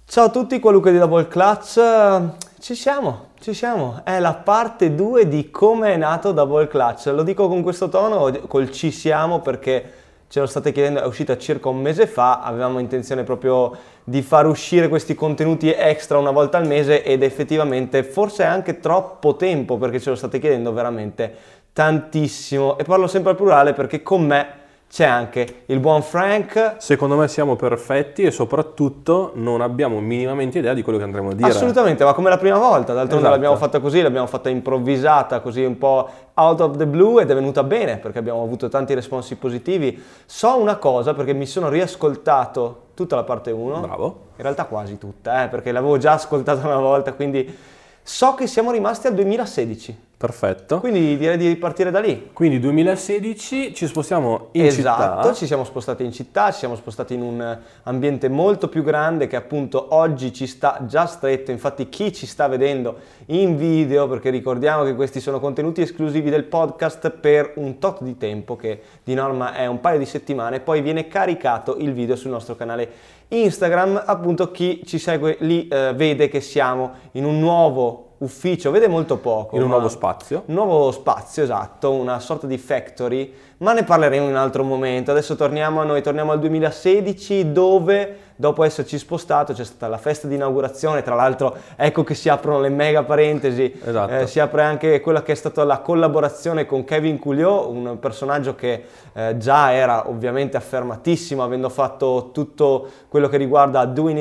Ciao a tutti, qua Luca di Double Clutch. Ci siamo. È la parte 2 di come è nato Double Clutch. Lo dico con questo tono, col ci siamo, perché ce lo state chiedendo, è uscita circa un mese fa, avevamo intenzione proprio di far uscire questi contenuti extra una volta al mese ed effettivamente forse è anche troppo tempo, perché ce lo state chiedendo veramente tantissimo. E parlo sempre al plurale perché con me c'è anche il buon Frank. Secondo me siamo perfetti e soprattutto non abbiamo minimamente idea di quello che andremo a dire. Assolutamente, ma come la prima volta, d'altronde Esatto. L'abbiamo fatta così, l'abbiamo fatta improvvisata, così un po' out of the blue ed è venuta bene perché abbiamo avuto tanti responsi positivi. So una cosa perché mi sono riascoltato tutta la parte 1. Bravo. In realtà quasi tutta, perché l'avevo già ascoltata una volta, quindi so che siamo rimasti al 2016. Perfetto. Quindi direi di partire da lì. Quindi 2016 ci spostiamo in città. Esatto, ci siamo spostati in città, ci siamo spostati in un ambiente molto più grande che appunto oggi ci sta già stretto. Infatti chi ci sta vedendo in video, perché ricordiamo che questi sono contenuti esclusivi del podcast per un tot di tempo, che di norma è un paio di settimane, poi viene caricato il video sul nostro canale Instagram. Appunto chi ci segue lì vede che siamo in un nuovo ufficio, vede molto poco. In un nuovo spazio. Un nuovo spazio, esatto, una sorta di factory, ma ne parleremo in un altro momento. Adesso torniamo al 2016 dove, dopo esserci spostato, c'è stata la festa di inaugurazione. Tra l'altro ecco che si aprono le mega parentesi. Esatto. Si apre anche quella che è stata la collaborazione con Kevin Couliot, un personaggio che già era ovviamente affermatissimo, avendo fatto tutto quello che riguarda Doing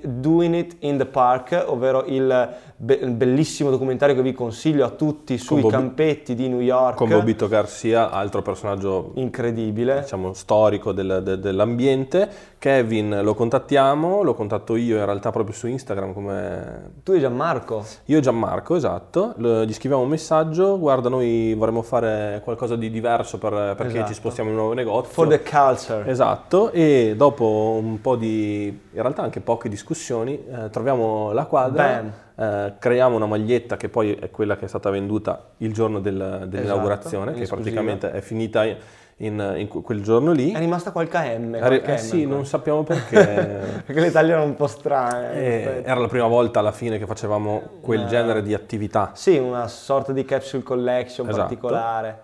It in the Park, ovvero il bellissimo documentario che vi consiglio a tutti sui campetti di New York. Con Bobito Garcia, altro personaggio incredibile, diciamo storico dell'ambiente. Kevin lo contatto io in realtà proprio su Instagram come... Tu e Gianmarco? Io e Gianmarco, esatto. Gli scriviamo un messaggio: guarda, noi vorremmo fare qualcosa di diverso perché esatto. Ci spostiamo in un nuovo negozio. For the culture. Esatto, e dopo un po' in realtà anche poche discussioni, troviamo la quadra. Creiamo una maglietta che poi è quella che è stata venduta il giorno dell'inaugurazione, esatto, che praticamente è finita in quel giorno lì. È rimasta qualche M. Sì, ancora. non sappiamo perché. Perché le taglie erano un po' strane. Era la prima volta alla fine che facevamo quel genere di attività. Sì, una sorta di capsule collection particolare.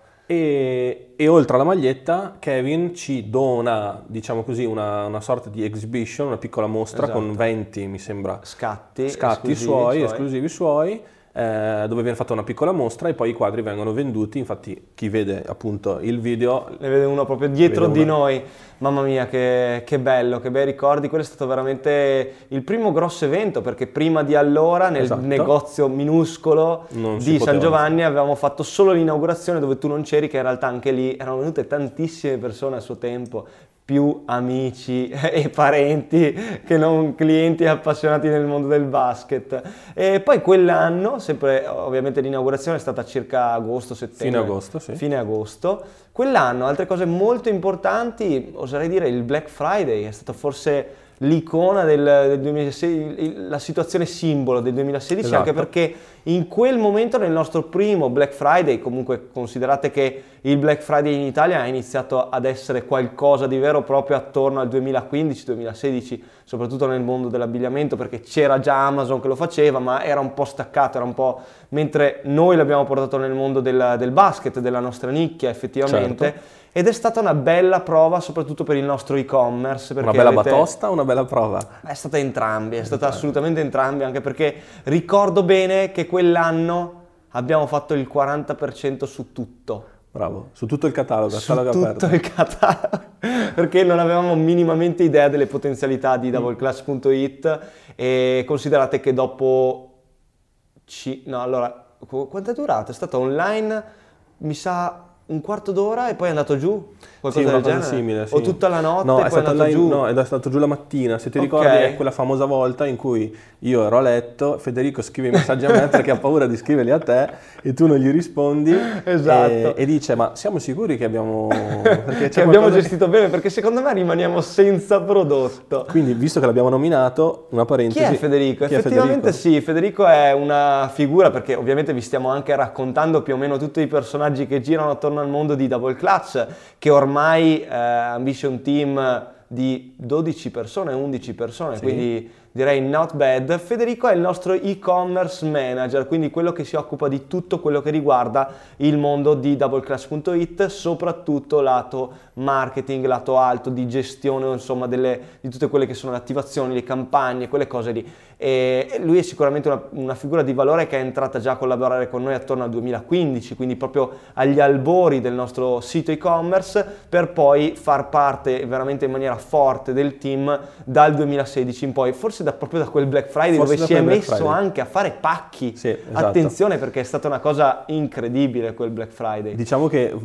E oltre alla maglietta, Kevin ci dona, diciamo così, una sorta di exhibition, una piccola mostra con 20, mi sembra, scatti esclusivi suoi, dove viene fatta una piccola mostra e poi i quadri vengono venduti. Infatti chi vede appunto il video ne vede uno proprio dietro di noi. Mamma mia, che bello, che bei ricordi. Quello è stato veramente il primo grosso evento, perché prima di allora nel negozio minuscolo di San Giovanni avevamo fatto solo l'inaugurazione, dove tu non c'eri, che in realtà anche lì erano venute tantissime persone a suo tempo, più amici e parenti che non clienti appassionati nel mondo del basket. E poi quell'anno, sempre ovviamente l'inaugurazione è stata circa agosto-settembre. Fine agosto. Quell'anno, altre cose molto importanti, oserei dire il Black Friday, è stato forse l'icona del 2016, la situazione simbolo del 2016, esatto. Anche perché in quel momento, nel nostro primo Black Friday, comunque considerate che il Black Friday in Italia ha iniziato ad essere qualcosa di vero proprio attorno al 2015-2016, soprattutto nel mondo dell'abbigliamento, perché c'era già Amazon che lo faceva, ma era un po' staccato, era un po', mentre noi l'abbiamo portato nel mondo del basket, della nostra nicchia effettivamente. Certo. Ed è stata una bella prova, soprattutto per il nostro e-commerce. Una bella batosta o una bella prova? È stata entrambi, assolutamente entrambi, anche perché ricordo bene che quell'anno abbiamo fatto il 40% su tutto. Bravo, su tutto il catalogo, tutto il catalogo, perché non avevamo minimamente idea delle potenzialità di doubleclutch.it e considerate che dopo... quanto è durato? È stato online, mi sa... un quarto d'ora e poi è andato giù? Qualcosa del genere? Simile, sì. O tutta la notte no, e poi è andato giù? No, è stato giù la mattina. Se ti ricordi è quella famosa volta in cui io ero a letto, Federico scrive i messaggi a me perché ha paura di scriverli a te e tu non gli rispondi. Esatto. E dice: ma siamo sicuri che abbiamo... che abbiamo gestito bene? Perché secondo me rimaniamo senza prodotto. Quindi, visto che l'abbiamo nominato, una parentesi. Chi è Federico? Effettivamente sì, Federico è una figura, perché ovviamente vi stiamo anche raccontando più o meno tutti i personaggi che girano attorno al mondo di Double Clutch, che ormai Ambition Team di 12 persone, 11 persone, quindi direi not bad. Federico è il nostro e-commerce manager, quindi quello che si occupa di tutto quello che riguarda il mondo di doubleclutch.it, soprattutto lato marketing, lato alto, di gestione, insomma, di tutte quelle che sono le attivazioni, le campagne, quelle cose lì. E lui è sicuramente una figura di valore che è entrata già a collaborare con noi attorno al 2015, quindi proprio agli albori del nostro sito e-commerce, per poi far parte veramente in maniera forte del team dal 2016 in poi, forse proprio da quel Black Friday, dove si è messo anche a fare pacchi. Sì, esatto. Attenzione, perché è stata una cosa incredibile quel Black Friday. Diciamo che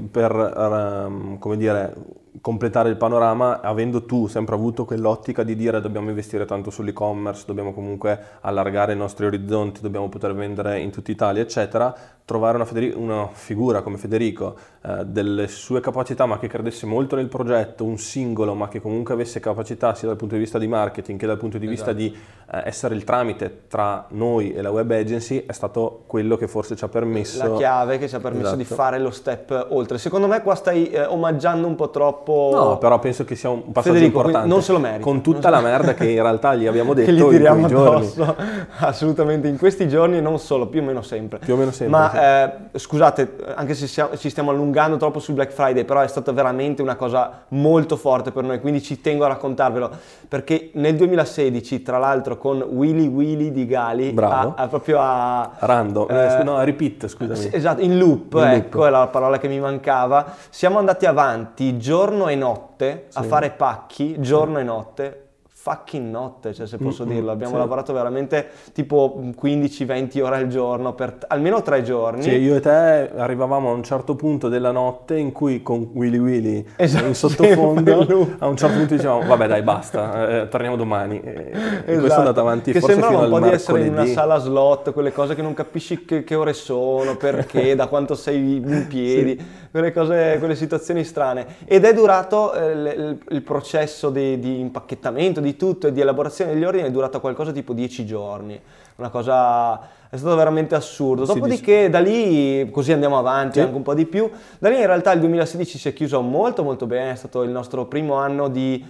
per, come dire, completare il panorama, avendo tu sempre avuto quell'ottica di dire dobbiamo investire tanto sull'e-commerce, dobbiamo comunque allargare i nostri orizzonti, dobbiamo poter vendere in tutta Italia, eccetera, trovare una figura come Federico, delle sue capacità, ma che credesse molto nel progetto, un singolo, ma che comunque avesse capacità sia dal punto di vista di marketing che dal punto di vista di essere il tramite tra noi e la web agency, è stato quello che forse ci ha permesso... La chiave che ci ha permesso di fare lo step oltre. Secondo me qua stai omaggiando un po' troppo... No, però penso che sia un passaggio Federico, importante. Non se lo merita. Con tutta la merda che in realtà gli abbiamo detto che gli tiriamo in quei addosso, giorni. Assolutamente, in questi giorni e non solo, più o meno sempre. Più o meno sempre, Ma scusate, anche se ci stiamo allungando troppo sul Black Friday, però è stata veramente una cosa molto forte per noi, quindi ci tengo a raccontarvelo, perché nel 2016, tra l'altro, con Willy di Gali, proprio a... Random, no, repeat, scusami. Esatto, in loop, ecco, è la parola che mi mancava. Siamo andati avanti giorno e notte a fare pacchi, giorno e notte, fucking notte, cioè, se posso dirlo. Abbiamo lavorato veramente tipo 15-20 ore al giorno per almeno 3 giorni. Sì, io e te arrivavamo a un certo punto della notte in cui con Willy in sottofondo a un certo punto dicevamo vabbè dai basta, torniamo domani. E questo è andato avanti che forse fino al sembrava un po' di essere mercoledì. in una sala slot, quelle cose che non capisci che ore sono, perché, da quanto sei in piedi, quelle situazioni strane. Ed è durato il processo di impacchettamento di tutto e di elaborazione degli ordini, è durato qualcosa tipo 10 giorni, una cosa... È stato veramente assurdo. Dopodiché da lì, così andiamo avanti anche un po' di più, da lì in realtà il 2016 si è chiuso molto molto bene, è stato il nostro primo anno di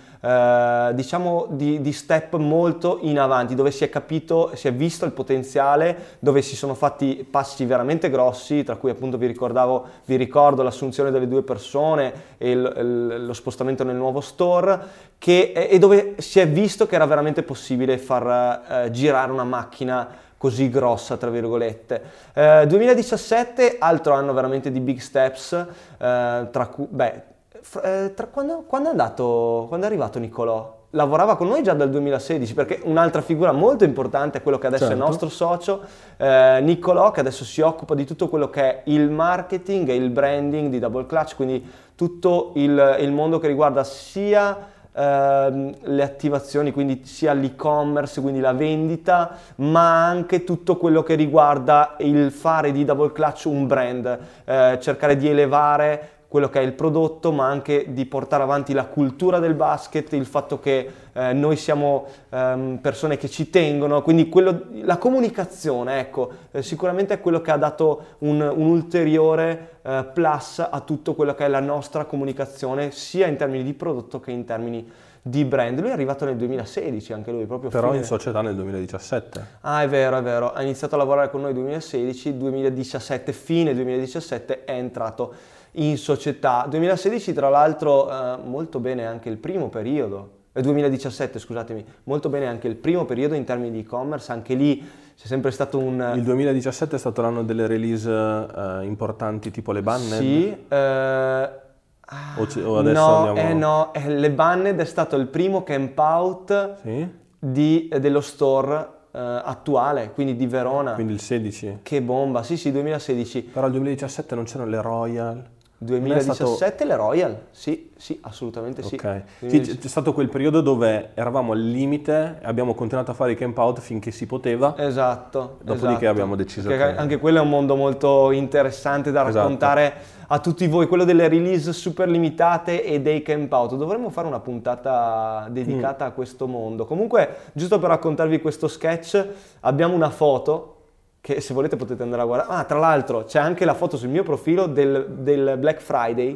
step molto in avanti, dove si è capito, si è visto il potenziale, dove si sono fatti passi veramente grossi, tra cui appunto vi ricordo l'assunzione delle 2 persone e lo spostamento nel nuovo store, e dove si è visto che era veramente possibile far girare una macchina così grossa, tra virgolette. 2017, altro anno veramente di big steps, quando è arrivato Nicolò? Lavorava con noi già dal 2016, perché un'altra figura molto importante è quello che adesso è nostro socio, Nicolò, che adesso si occupa di tutto quello che è il marketing e il branding di Double Clutch, quindi tutto il mondo che riguarda sia le attivazioni, quindi sia l'e-commerce, quindi la vendita, ma anche tutto quello che riguarda il fare di Double Clutch un brand, cercare di elevare quello che è il prodotto, ma anche di portare avanti la cultura del basket, il fatto che noi siamo persone che ci tengono, quindi la comunicazione, ecco, sicuramente è quello che ha dato un ulteriore plus a tutto quello che è la nostra comunicazione, sia in termini di prodotto che in termini di brand. Lui è arrivato nel 2016, anche lui, proprio però in società nel 2017. Ah, è vero, ha iniziato a lavorare con noi nel 2017, fine 2017 è entrato in società. 2016 tra l'altro molto bene anche il primo periodo, 2017 scusatemi, molto bene anche il primo periodo in termini di e-commerce, anche lì c'è sempre stato Il 2017 è stato l'anno delle release importanti tipo le Banned? Sì, o adesso le Banned è stato il primo camp out dello store attuale, quindi di Verona. Quindi il 16? Che bomba, sì, 2016. Però il 2017 non c'erano le Royal? 2017 le Royal, sì, assolutamente sì. Okay. Sì, c'è stato quel periodo dove eravamo al limite, abbiamo continuato a fare i camp out finché si poteva. Esatto. Dopodiché abbiamo deciso che... Anche quello è un mondo molto interessante da raccontare a tutti voi, quello delle release super limitate e dei camp out. Dovremmo fare una puntata dedicata a questo mondo. Comunque, giusto per raccontarvi questo sketch, abbiamo una foto che se volete potete andare a guardare. Tra l'altro c'è anche la foto sul mio profilo del Black Friday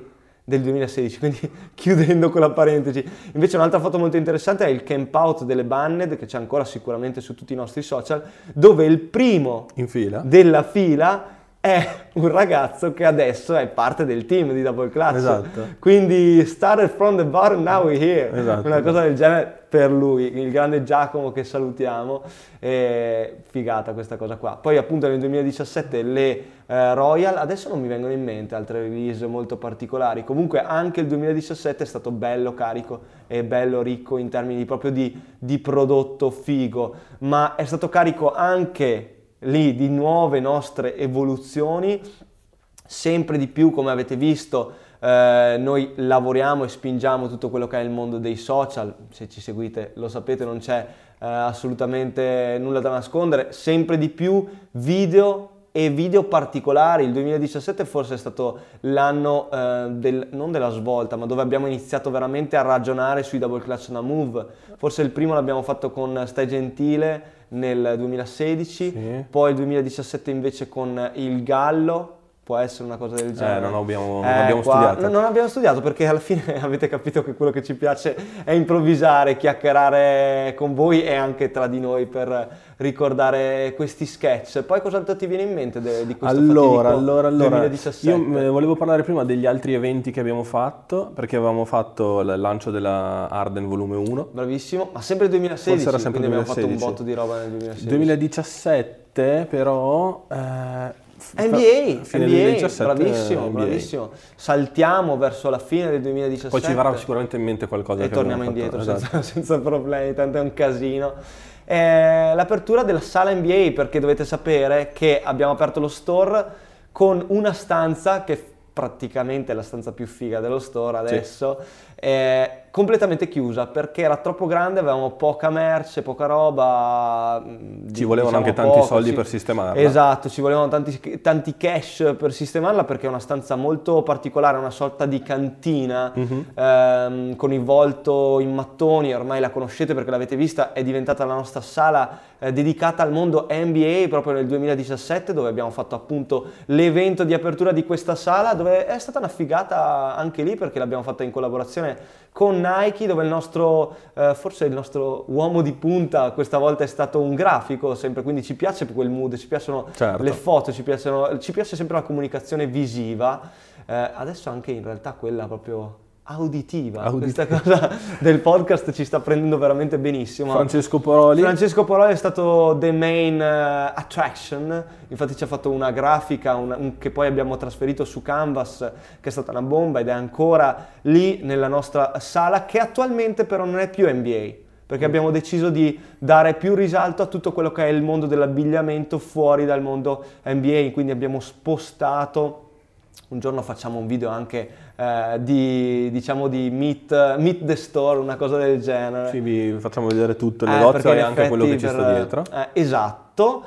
del 2016, quindi chiudendo quella parentesi. Invece un'altra foto molto interessante è il camp out delle Banned, che c'è ancora sicuramente su tutti i nostri social, dove il primo in fila della fila è un ragazzo che adesso è parte del team di Double Clutch. Esatto. Quindi started from the bottom, now we're here. Esatto. Una cosa del genere per lui, il grande Giacomo che salutiamo. Figata questa cosa qua. Poi appunto nel 2017 le Royal, adesso non mi vengono in mente altre release molto particolari. Comunque anche il 2017 è stato bello carico e bello ricco in termini proprio di prodotto figo, ma è stato carico anche lì di nuove nostre evoluzioni, sempre di più, come avete visto. Noi lavoriamo e spingiamo tutto quello che è il mondo dei social, se ci seguite lo sapete, non c'è assolutamente nulla da nascondere, sempre di più video e video particolari. Il 2017 forse è stato l'anno non della svolta, ma dove abbiamo iniziato veramente a ragionare sui Double Clutch on a Move. Forse il primo l'abbiamo fatto con Stai Gentile nel 2016, sì. Poi il 2017 invece con il Gallo. Può essere una cosa del genere. Non abbiamo studiato. Non abbiamo studiato perché alla fine avete capito che quello che ci piace è improvvisare, chiacchierare con voi e anche tra di noi per ricordare questi sketch. Poi cos'altro ti viene in mente di questo allora, 2017? Io volevo parlare prima degli altri eventi che abbiamo fatto, perché avevamo fatto il lancio della Arden volume 1. Bravissimo, ma sempre il 2016, forse era sempre quindi 2016. Abbiamo fatto un botto di roba nel 2016. 2017 però... NBA, bravissimo. Saltiamo verso la fine del 2017. Poi ci verrà sicuramente in mente qualcosa e torniamo indietro, esatto. senza problemi, tanto è un casino. L'apertura della sala NBA, perché dovete sapere che abbiamo aperto lo store con una stanza che praticamente è la stanza più figa dello store adesso, sì. Completamente chiusa perché era troppo grande, avevamo poca merce, poca roba. Ci volevano anche tanti soldi per sistemarla. Esatto, ci volevano tanti cash per sistemarla perché è una stanza molto particolare, una sorta di cantina con il volto in mattoni, ormai la conoscete perché l'avete vista, è diventata la nostra sala dedicata al mondo NBA proprio nel 2017, dove abbiamo fatto appunto l'evento di apertura di questa sala, dove è stata una figata anche lì perché l'abbiamo fatta in collaborazione con Nike, dove forse il nostro uomo di punta questa volta è stato un grafico sempre, quindi ci piace quel mood, ci piacciono le foto, ci piace sempre la comunicazione visiva, adesso anche in realtà quella proprio auditiva. Questa cosa del podcast ci sta prendendo veramente benissimo. Francesco Poroli è stato the main attraction, infatti ci ha fatto una grafica che poi abbiamo trasferito su Canvas, che è stata una bomba ed è ancora lì nella nostra sala, che attualmente però non è più NBA, perché abbiamo deciso di dare più risalto a tutto quello che è il mondo dell'abbigliamento fuori dal mondo NBA, quindi abbiamo spostato. Un giorno facciamo un video anche di Meet the Store, una cosa del genere. Sì, vi facciamo vedere tutto il negozio e anche quello che ci sta dietro. Esatto.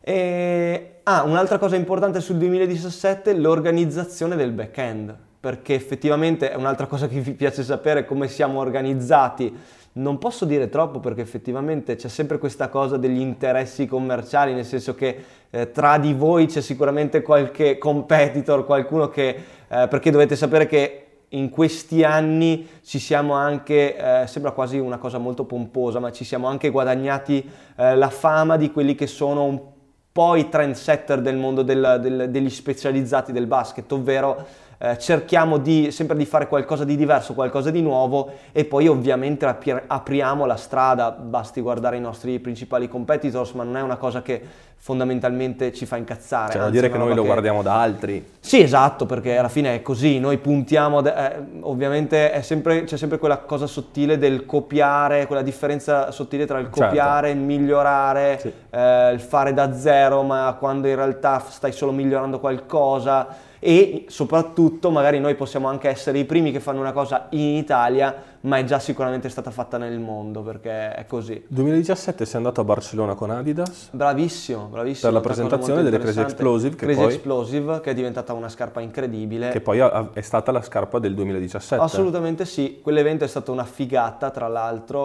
Un'altra cosa importante sul 2017, l'organizzazione del back-end, perché effettivamente è un'altra cosa che vi piace sapere, come siamo organizzati. Non posso dire troppo perché effettivamente c'è sempre questa cosa degli interessi commerciali, nel senso che tra di voi c'è sicuramente qualche competitor, qualcuno che, perché dovete sapere che in questi anni ci siamo anche, sembra quasi una cosa molto pomposa, ma ci siamo anche guadagnati la fama di quelli che sono un po' i trendsetter del mondo degli specializzati del basket, ovvero cerchiamo sempre di fare qualcosa di diverso, qualcosa di nuovo, e poi ovviamente apriamo la strada. Basti guardare i nostri principali competitors, ma non è una cosa che fondamentalmente ci fa incazzare. Cioè, vuol dire che noi lo guardiamo da altri. Sì, esatto, perché alla fine è così, noi puntiamo, ovviamente c'è sempre quella cosa sottile del copiare, quella differenza sottile tra il copiare, il migliorare, sì. Il fare da zero, ma quando in realtà stai solo migliorando qualcosa. E soprattutto magari noi possiamo anche essere i primi che fanno una cosa in Italia, ma è già sicuramente stata fatta nel mondo, perché è così. 2017 sei andato a Barcellona con Adidas. Bravissimo. Per la presentazione delle Crazy Explosive. Explosive, che è diventata una scarpa incredibile. Che poi è stata la scarpa del 2017. Assolutamente sì, quell'evento è stato una figata, tra l'altro.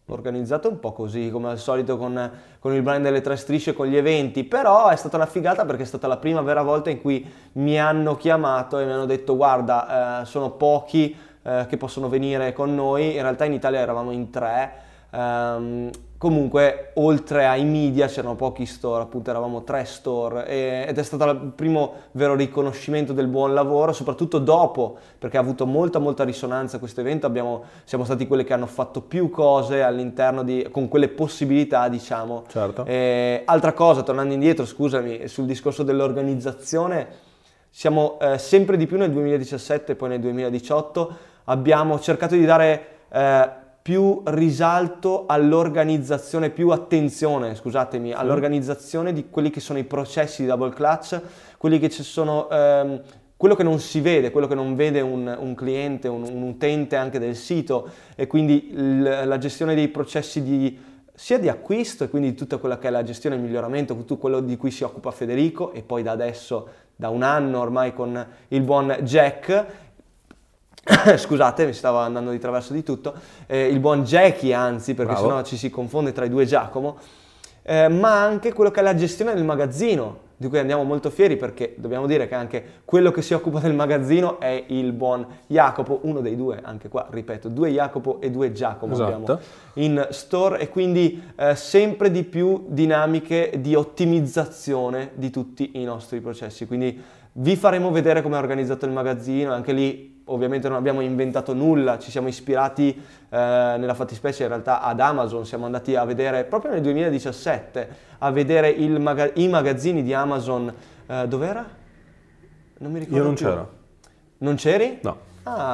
organizzato un po' così, come al solito con il brand delle 3 strisce, con gli eventi, però è stata una figata perché è stata la prima vera volta in cui mi hanno chiamato e mi hanno detto guarda, sono pochi che possono venire con noi, in realtà in Italia eravamo in 3, comunque oltre ai media c'erano pochi store, appunto eravamo 3 store ed è stato il primo vero riconoscimento del buon lavoro, soprattutto dopo, perché ha avuto molta risonanza questo evento, siamo stati quelli che hanno fatto più cose all'interno con quelle possibilità, diciamo. Certo. Altra cosa, tornando indietro, scusami, sul discorso dell'organizzazione, siamo sempre di più nel 2017 e poi nel 2018 abbiamo cercato di dare più risalto all'organizzazione, più attenzione, scusatemi, all'organizzazione di quelli che sono i processi di Double Clutch, quelli che ci sono, quello che non si vede, quello che non vede un cliente, un utente anche del sito, e quindi la gestione dei processi sia di acquisto e quindi tutta quella che è la gestione e il miglioramento, tutto quello di cui si occupa Federico e poi da un anno ormai con il buon Jack. Scusate, mi stavo andando di traverso di tutto, il buon Jackie anzi, perché sennò ci si confonde tra i due Giacomo, ma anche quello che è la gestione del magazzino, di cui andiamo molto fieri perché dobbiamo dire che anche quello che si occupa del magazzino è il buon Jacopo, uno dei due, anche qua ripeto, 2 Jacopo e 2 Giacomo abbiamo in store, e quindi sempre di più dinamiche di ottimizzazione di tutti i nostri processi, quindi vi faremo vedere come è organizzato il magazzino, anche lì ovviamente non abbiamo inventato nulla, ci siamo ispirati nella fattispecie in realtà ad Amazon, siamo andati a vedere proprio nel 2017, a vedere i magazzini di Amazon, dov'era? Non mi ricordo. Io non più. c'ero. Non c'eri? No.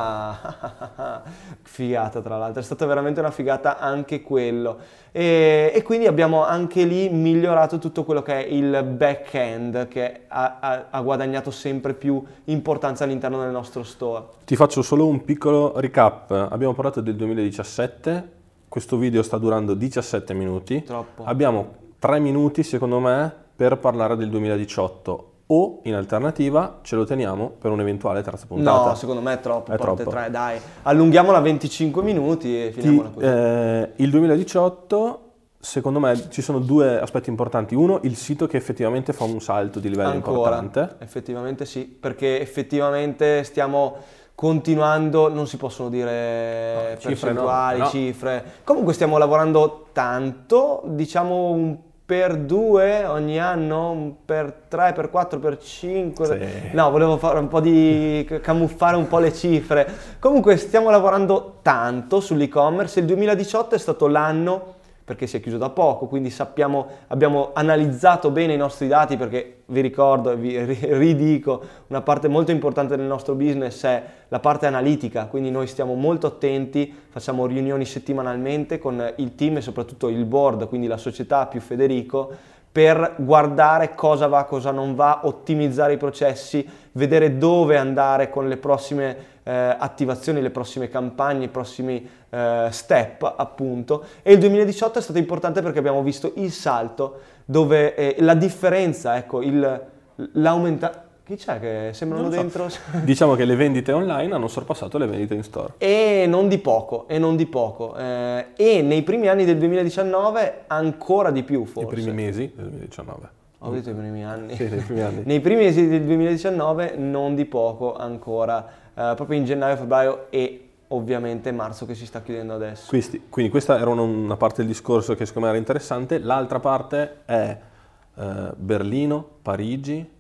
Figata, tra l'altro, è stata veramente una figata anche quello, e quindi abbiamo anche lì migliorato tutto quello che è il back-end, che ha guadagnato sempre più importanza all'interno del nostro store. Ti faccio solo un piccolo recap. Abbiamo parlato del 2017, questo video sta durando 17 minuti. Troppo. Abbiamo 3 minuti secondo me per parlare del 2018. O in alternativa ce lo teniamo per un'eventuale terza puntata. No, secondo me è troppo. È troppo. 3, dai. Allunghiamola a 25 minuti e finiamola così. Il 2018, secondo me, ci sono 2 aspetti importanti. Uno, il sito che effettivamente fa un salto di livello importante. Effettivamente sì, perché effettivamente stiamo continuando, non si possono dire percentuali, cifre. Comunque stiamo lavorando tanto, diciamo un per 2 ogni anno, per 3, per 4, per 5. Sì. No, volevo fare un po' camuffare un po' le cifre. Comunque stiamo lavorando tanto sull'e-commerce. Il 2018 è stato l'anno, perché si è chiuso da poco, quindi abbiamo analizzato bene i nostri dati, perché vi ricordo e vi ridico, una parte molto importante del nostro business è la parte analitica, quindi noi stiamo molto attenti, facciamo riunioni settimanalmente con il team e soprattutto il board, quindi la società più Federico, per guardare cosa va, cosa non va, ottimizzare i processi, vedere dove andare con le prossime attivazioni, le prossime campagne, i prossimi step appunto. E il 2018 è stato importante perché abbiamo visto il salto dove la differenza, ecco, l'aumenta. Chi c'è che sembrano dentro? Diciamo che le vendite online hanno sorpassato le vendite in store. E non di poco. E nei primi anni del 2019 ancora di più, forse. I primi mesi del 2019. Ho detto i primi anni. Sì, nei primi anni. Nei primi mesi del 2019 non di poco ancora, proprio in gennaio, febbraio e ovviamente marzo che si sta chiudendo adesso. Quindi questa era una parte del discorso che secondo me era interessante. L'altra parte è Berlino, Parigi,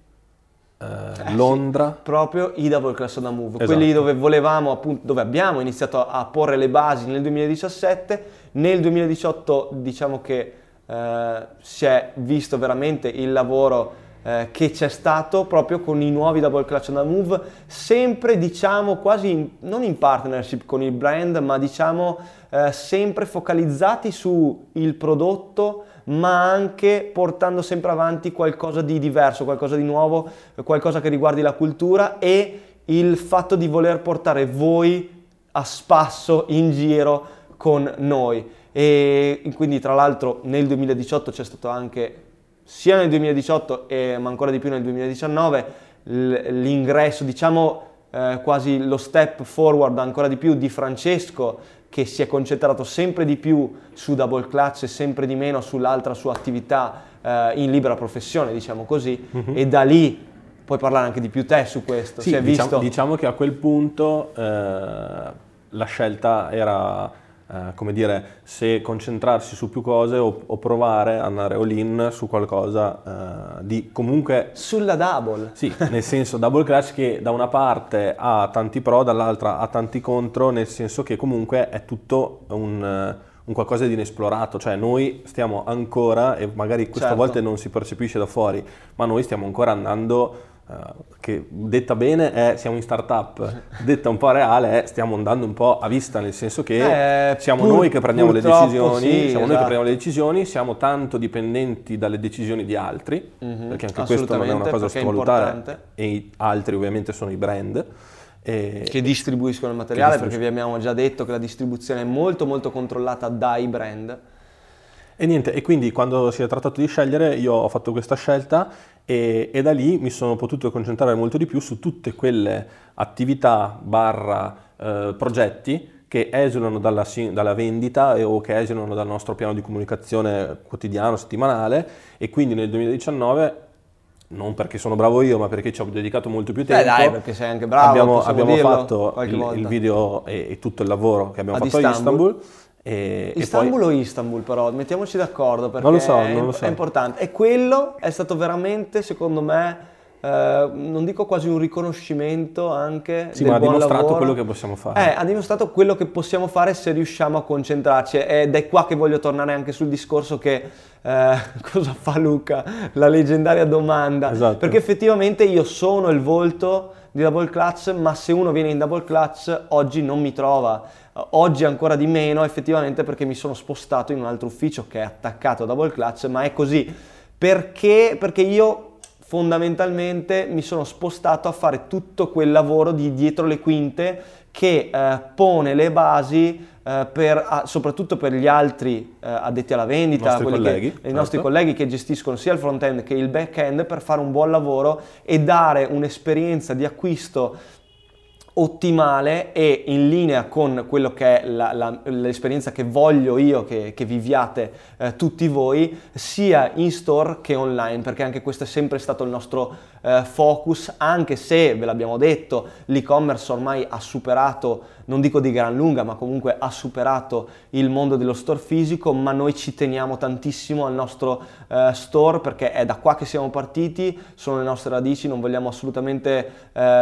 Londra. Sì, proprio i Double Clutch da Move, esatto. Quelli dove volevamo, appunto, dove abbiamo iniziato a porre le basi nel 2017. Nel 2018 diciamo che si è visto veramente il lavoro che c'è stato proprio con i nuovi Double Clutch da Move, sempre diciamo quasi non in partnership con il brand, ma diciamo sempre focalizzati su il prodotto, ma anche portando sempre avanti qualcosa di diverso, qualcosa di nuovo, qualcosa che riguardi la cultura e il fatto di voler portare voi a spasso in giro con noi. E quindi tra l'altro nel 2018 c'è stato anche, sia nel 2018 ma ancora di più nel 2019, l'ingresso, diciamo quasi lo step forward ancora di più di Francesco, che si è concentrato sempre di più su double clutch e sempre di meno sull'altra sua attività in libera professione, diciamo così, e da lì puoi parlare anche di più te su questo. Sì, diciamo che a quel punto la scelta era, come dire, se concentrarsi su più cose o provare ad andare all-in su qualcosa di comunque... Sulla double. Sì, nel senso double clutch che da una parte ha tanti pro, dall'altra ha tanti contro, nel senso che comunque è tutto un qualcosa di inesplorato, cioè noi stiamo ancora, e magari questa volta non si percepisce da fuori, ma noi stiamo ancora andando... che detta bene siamo in startup, detta un po' reale stiamo andando un po' a vista, nel senso che siamo noi che prendiamo le decisioni, noi che prendiamo le decisioni, siamo tanto dipendenti dalle decisioni di altri, perché anche questo non è una cosa da sottovalutare, e i altri ovviamente sono i brand che distribuiscono il materiale, perché vi abbiamo già detto che la distribuzione è molto molto controllata dai brand. E niente, e quindi quando si è trattato di scegliere io ho fatto questa scelta e da lì mi sono potuto concentrare molto di più su tutte quelle attività progetti che esulano dalla vendita o che esulano dal nostro piano di comunicazione quotidiano, settimanale, e quindi nel 2019, non perché sono bravo io, ma perché ci ho dedicato molto più tempo. Dai, perché sei anche bravo. Abbiamo fatto il video e tutto il lavoro che abbiamo fatto a Istanbul. Istanbul o Istanbul, però mettiamoci d'accordo, perché non lo so. È importante. E quello è stato veramente, secondo me, non dico quasi un riconoscimento anche del buon lavoro. Ha dimostrato quello che possiamo fare. Ha dimostrato quello che possiamo fare se riusciamo a concentrarci, ed è qua che voglio tornare anche sul discorso che cosa fa Luca? La leggendaria domanda. Esatto. Perché effettivamente io sono il volto di double clutch, ma se uno viene in double clutch oggi non mi trova. Oggi ancora di meno, effettivamente, perché mi sono spostato in un altro ufficio che è attaccato a double clutch, ma è così perché io fondamentalmente mi sono spostato a fare tutto quel lavoro di dietro le quinte che pone le basi soprattutto per gli altri addetti alla vendita, i nostri colleghi che gestiscono sia il front-end che il back-end, per fare un buon lavoro e dare un'esperienza di acquisto ottimale e in linea con quello che è l'esperienza che voglio io che viviate tutti voi, sia in store che online, perché anche questo è sempre stato il nostro focus, anche se, ve l'abbiamo detto, l'e-commerce ormai ha superato, non dico di gran lunga, ma comunque ha superato il mondo dello store fisico, ma noi ci teniamo tantissimo al nostro store, perché è da qua che siamo partiti, sono le nostre radici, non vogliamo assolutamente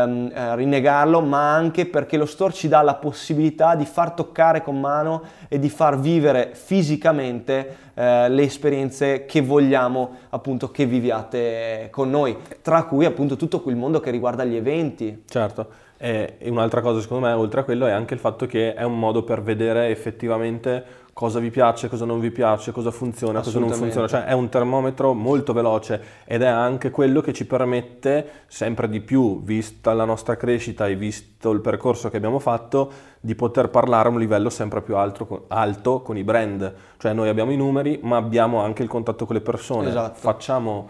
rinnegarlo, ma anche perché lo store ci dà la possibilità di far toccare con mano e di far vivere fisicamente le esperienze che vogliamo appunto che viviate con noi, tra cui appunto tutto quel mondo che riguarda gli eventi. Certo, e un'altra cosa secondo me oltre a quello è anche il fatto che è un modo per vedere effettivamente cosa vi piace, cosa non vi piace, cosa funziona, cosa non funziona, cioè è un termometro molto veloce ed è anche quello che ci permette sempre di più, vista la nostra crescita e visto il percorso che abbiamo fatto, di poter parlare a un livello sempre più alto con i brand, cioè noi abbiamo i numeri ma abbiamo anche il contatto con le persone, esatto. Facciamo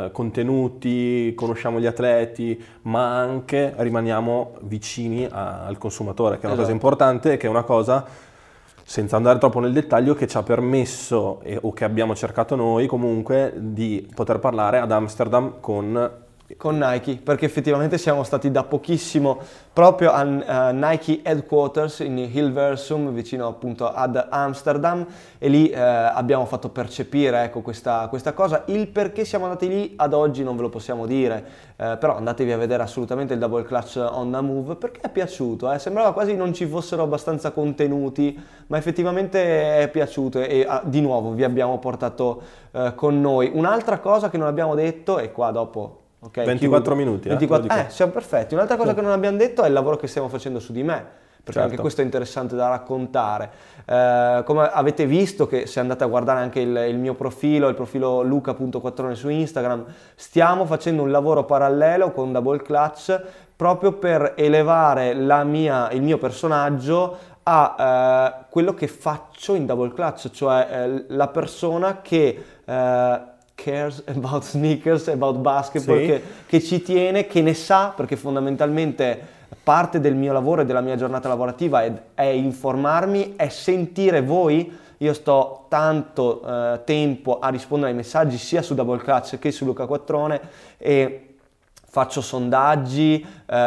contenuti, conosciamo gli atleti, ma anche rimaniamo vicini al consumatore, che è una cosa importante e che è una cosa, senza andare troppo nel dettaglio, che ci ha permesso o che abbiamo cercato noi comunque di poter parlare ad Amsterdam con Nike, perché effettivamente siamo stati da pochissimo proprio a Nike Headquarters in Hilversum, vicino appunto ad Amsterdam, e lì abbiamo fatto percepire, ecco, questa cosa. Il perché siamo andati lì ad oggi non ve lo possiamo dire, però andatevi a vedere assolutamente il double clutch on the move, perché è piaciuto, sembrava quasi non ci fossero abbastanza contenuti, ma effettivamente è piaciuto e di nuovo vi abbiamo portato con noi. Un'altra cosa che non abbiamo detto, e qua dopo 24 minuti. 24, siamo perfetti. Un'altra cosa che non abbiamo detto è il lavoro che stiamo facendo su di me, perché anche questo è interessante da raccontare. Come avete visto, che se andate a guardare anche il mio profilo, il profilo luca.quattrone su Instagram, stiamo facendo un lavoro parallelo con Double Clutch proprio per elevare il mio personaggio a quello che faccio in Double Clutch, cioè la persona che cares about sneakers, about basketball, che ci tiene, che ne sa, perché fondamentalmente parte del mio lavoro e della mia giornata lavorativa è informarmi, è sentire voi. Io sto tanto tempo a rispondere ai messaggi sia su Double Clutch che su Luca Quattrone e faccio sondaggi,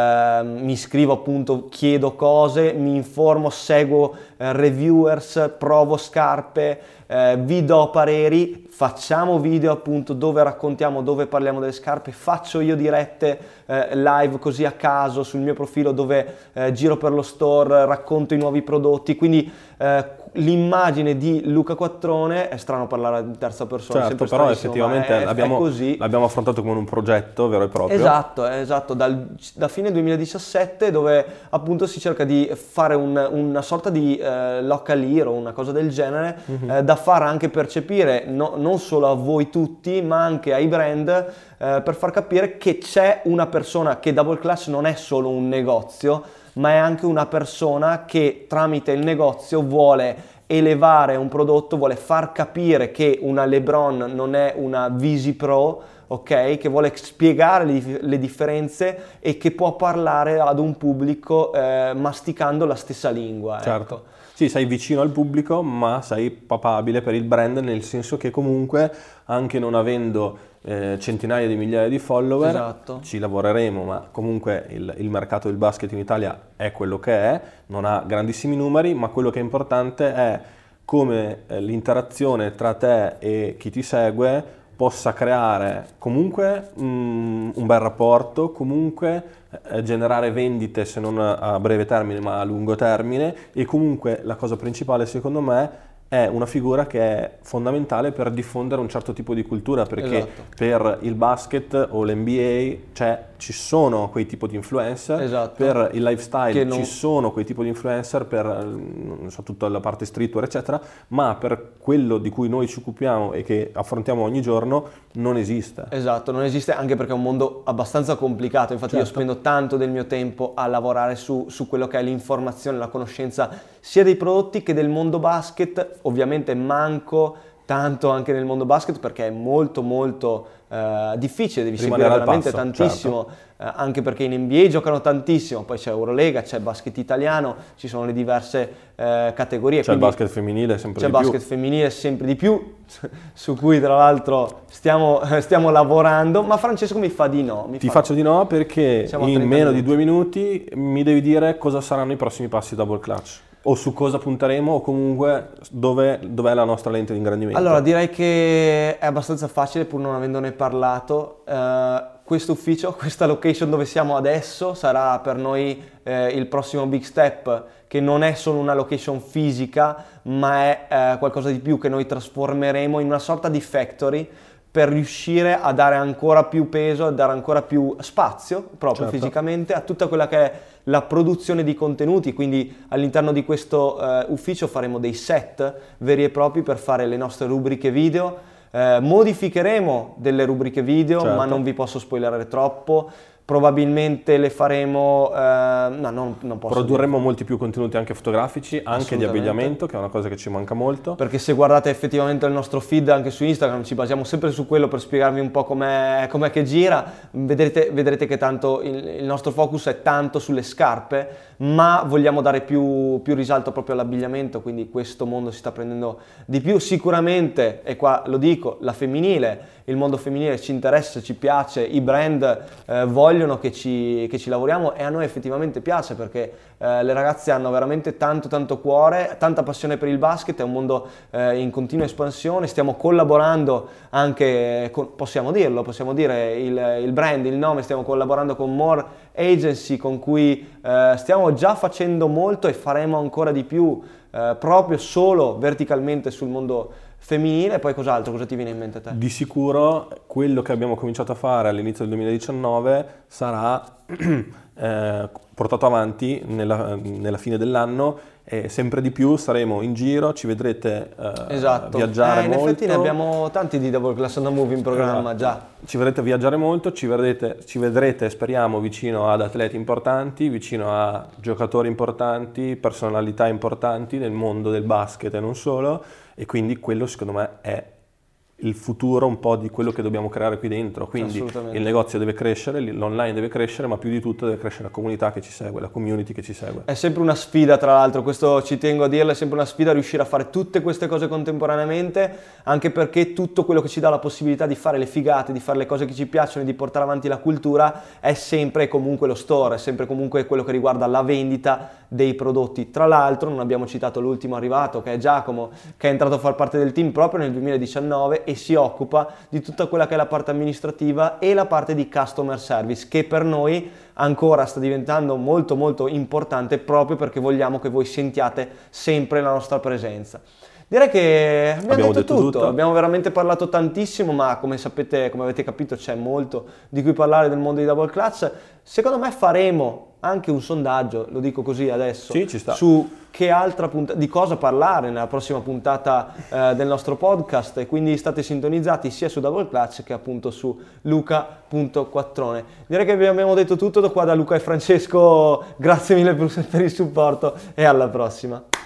mi scrivo appunto, chiedo cose, mi informo, seguo reviewers, provo scarpe, vi do pareri, facciamo video appunto dove raccontiamo, dove parliamo delle scarpe, faccio io dirette live così a caso sul mio profilo dove giro per lo store, racconto i nuovi prodotti, quindi l'immagine di Luca Quattrone, è strano parlare in terza persona, certo, però effettivamente l'abbiamo affrontato come un progetto vero e proprio. Esatto, da fine 2017 dove appunto si cerca di fare una sorta di local hero, una cosa del genere, da far anche percepire non solo a voi tutti ma anche ai brand, per far capire che c'è una persona, che Double Clutch non è solo un negozio, ma è anche una persona che tramite il negozio vuole elevare un prodotto, vuole far capire che una LeBron non è una Visi Pro, ok? Che vuole spiegare le differenze e che può parlare ad un pubblico masticando la stessa lingua. Certo. Ecco. Sì, sei vicino al pubblico, ma sei papabile per il brand, nel senso che comunque, anche non avendo centinaia di migliaia di follower, esatto, ci lavoreremo, ma comunque il mercato del basket in Italia è quello che è, non ha grandissimi numeri, ma quello che è importante è come l'interazione tra te e chi ti segue possa creare comunque un bel rapporto, comunque generare vendite se non a breve termine ma a lungo termine, e comunque la cosa principale secondo me è una figura che è fondamentale per diffondere un certo tipo di cultura, perché esatto, per il basket o l'NBA ci sono quei tipo di influencer, esatto, per il lifestyle ci sono quei tipo di influencer, per non so, tutta la parte streetwear eccetera, ma per quello di cui noi ci occupiamo e che affrontiamo ogni giorno non esiste. Esatto, non esiste, anche perché è un mondo abbastanza complicato, infatti certo, io spendo tanto del mio tempo a lavorare su quello che è l'informazione, la conoscenza sia dei prodotti che del mondo basket. Ovviamente manco tanto anche nel mondo basket perché è molto difficile, devi seguire veramente tantissimo, certo, anche perché in NBA giocano tantissimo, poi c'è Eurolega, c'è basket italiano, ci sono le diverse categorie. C'è il basket femminile sempre di più. C'è il basket femminile sempre di più, su cui tra l'altro stiamo lavorando, ma Francesco mi fa di no. Faccio di no perché in meno di 2 minuti mi devi dire cosa saranno i prossimi passi Double Clutch. O su cosa punteremo, o comunque dov'è la nostra lente di ingrandimento? Allora, direi che è abbastanza facile, pur non avendone parlato. Questo ufficio, questa location dove siamo adesso, sarà per noi il prossimo big step, che non è solo una location fisica, ma è qualcosa di più, che noi trasformeremo in una sorta di factory per riuscire a dare ancora più peso, a dare ancora più spazio, proprio certo, fisicamente, a tutta quella che è la produzione di contenuti. Quindi all'interno di questo ufficio faremo dei set veri e propri per fare le nostre rubriche video, modificheremo delle rubriche video, certo, ma non vi posso spoilerare troppo. Probabilmente le faremo, non posso produrremo molti più contenuti anche fotografici, anche di abbigliamento, che è una cosa che ci manca molto. Perché se guardate effettivamente il nostro feed anche su Instagram, ci basiamo sempre su quello per spiegarvi un po' com'è che gira, vedrete che tanto il nostro focus è tanto sulle scarpe, ma vogliamo dare più risalto proprio all'abbigliamento, quindi questo mondo si sta prendendo di più. Sicuramente, e qua lo dico, il mondo femminile ci interessa, ci piace, i brand vogliono che ci lavoriamo, e a noi effettivamente piace perché le ragazze hanno veramente tanto cuore, tanta passione per il basket, è un mondo in continua espansione, stiamo collaborando anche con, possiamo dire il brand, il nome, stiamo collaborando con More Agency, con cui stiamo già facendo molto e faremo ancora di più, proprio solo verticalmente sul mondo femminile. Poi cosa ti viene in mente a te? Di sicuro quello che abbiamo cominciato a fare all'inizio del 2019 sarà portato avanti nella fine dell'anno, e sempre di più saremo in giro, ci vedrete viaggiare molto. In effetti ne abbiamo tanti di Double Clutch on the Move in programma, già. Ci vedrete viaggiare molto, ci vedrete speriamo vicino ad atleti importanti, vicino a giocatori importanti, personalità importanti nel mondo del basket e non solo, e quindi quello secondo me è il futuro un po' di quello che dobbiamo creare qui dentro, quindi il negozio deve crescere, l'online deve crescere, ma più di tutto deve crescere la comunità che ci segue, la community che ci segue. È sempre una sfida, tra l'altro, questo ci tengo a dirlo, è sempre una sfida riuscire a fare tutte queste cose contemporaneamente, anche perché tutto quello che ci dà la possibilità di fare le figate, di fare le cose che ci piacciono e di portare avanti la cultura è sempre comunque lo store, è sempre comunque quello che riguarda la vendita dei prodotti. Tra l'altro non abbiamo citato l'ultimo arrivato, che è Giacomo, che è entrato a far parte del team proprio nel 2019 e si occupa di tutta quella che è la parte amministrativa e la parte di customer service, che per noi ancora sta diventando molto molto importante, proprio perché vogliamo che voi sentiate sempre la nostra presenza. Direi che abbiamo detto tutto, abbiamo veramente parlato tantissimo, ma come sapete, come avete capito, c'è molto di cui parlare del mondo di Double Clutch. Secondo me faremo anche un sondaggio, lo dico così adesso, sì, ci sta, su che altra di cosa parlare nella prossima puntata del nostro podcast, e quindi state sintonizzati sia su Double Clutch che appunto su Luca.Quattrone. Direi che abbiamo detto tutto da qua, da Luca e Francesco, grazie mille per il supporto e alla prossima.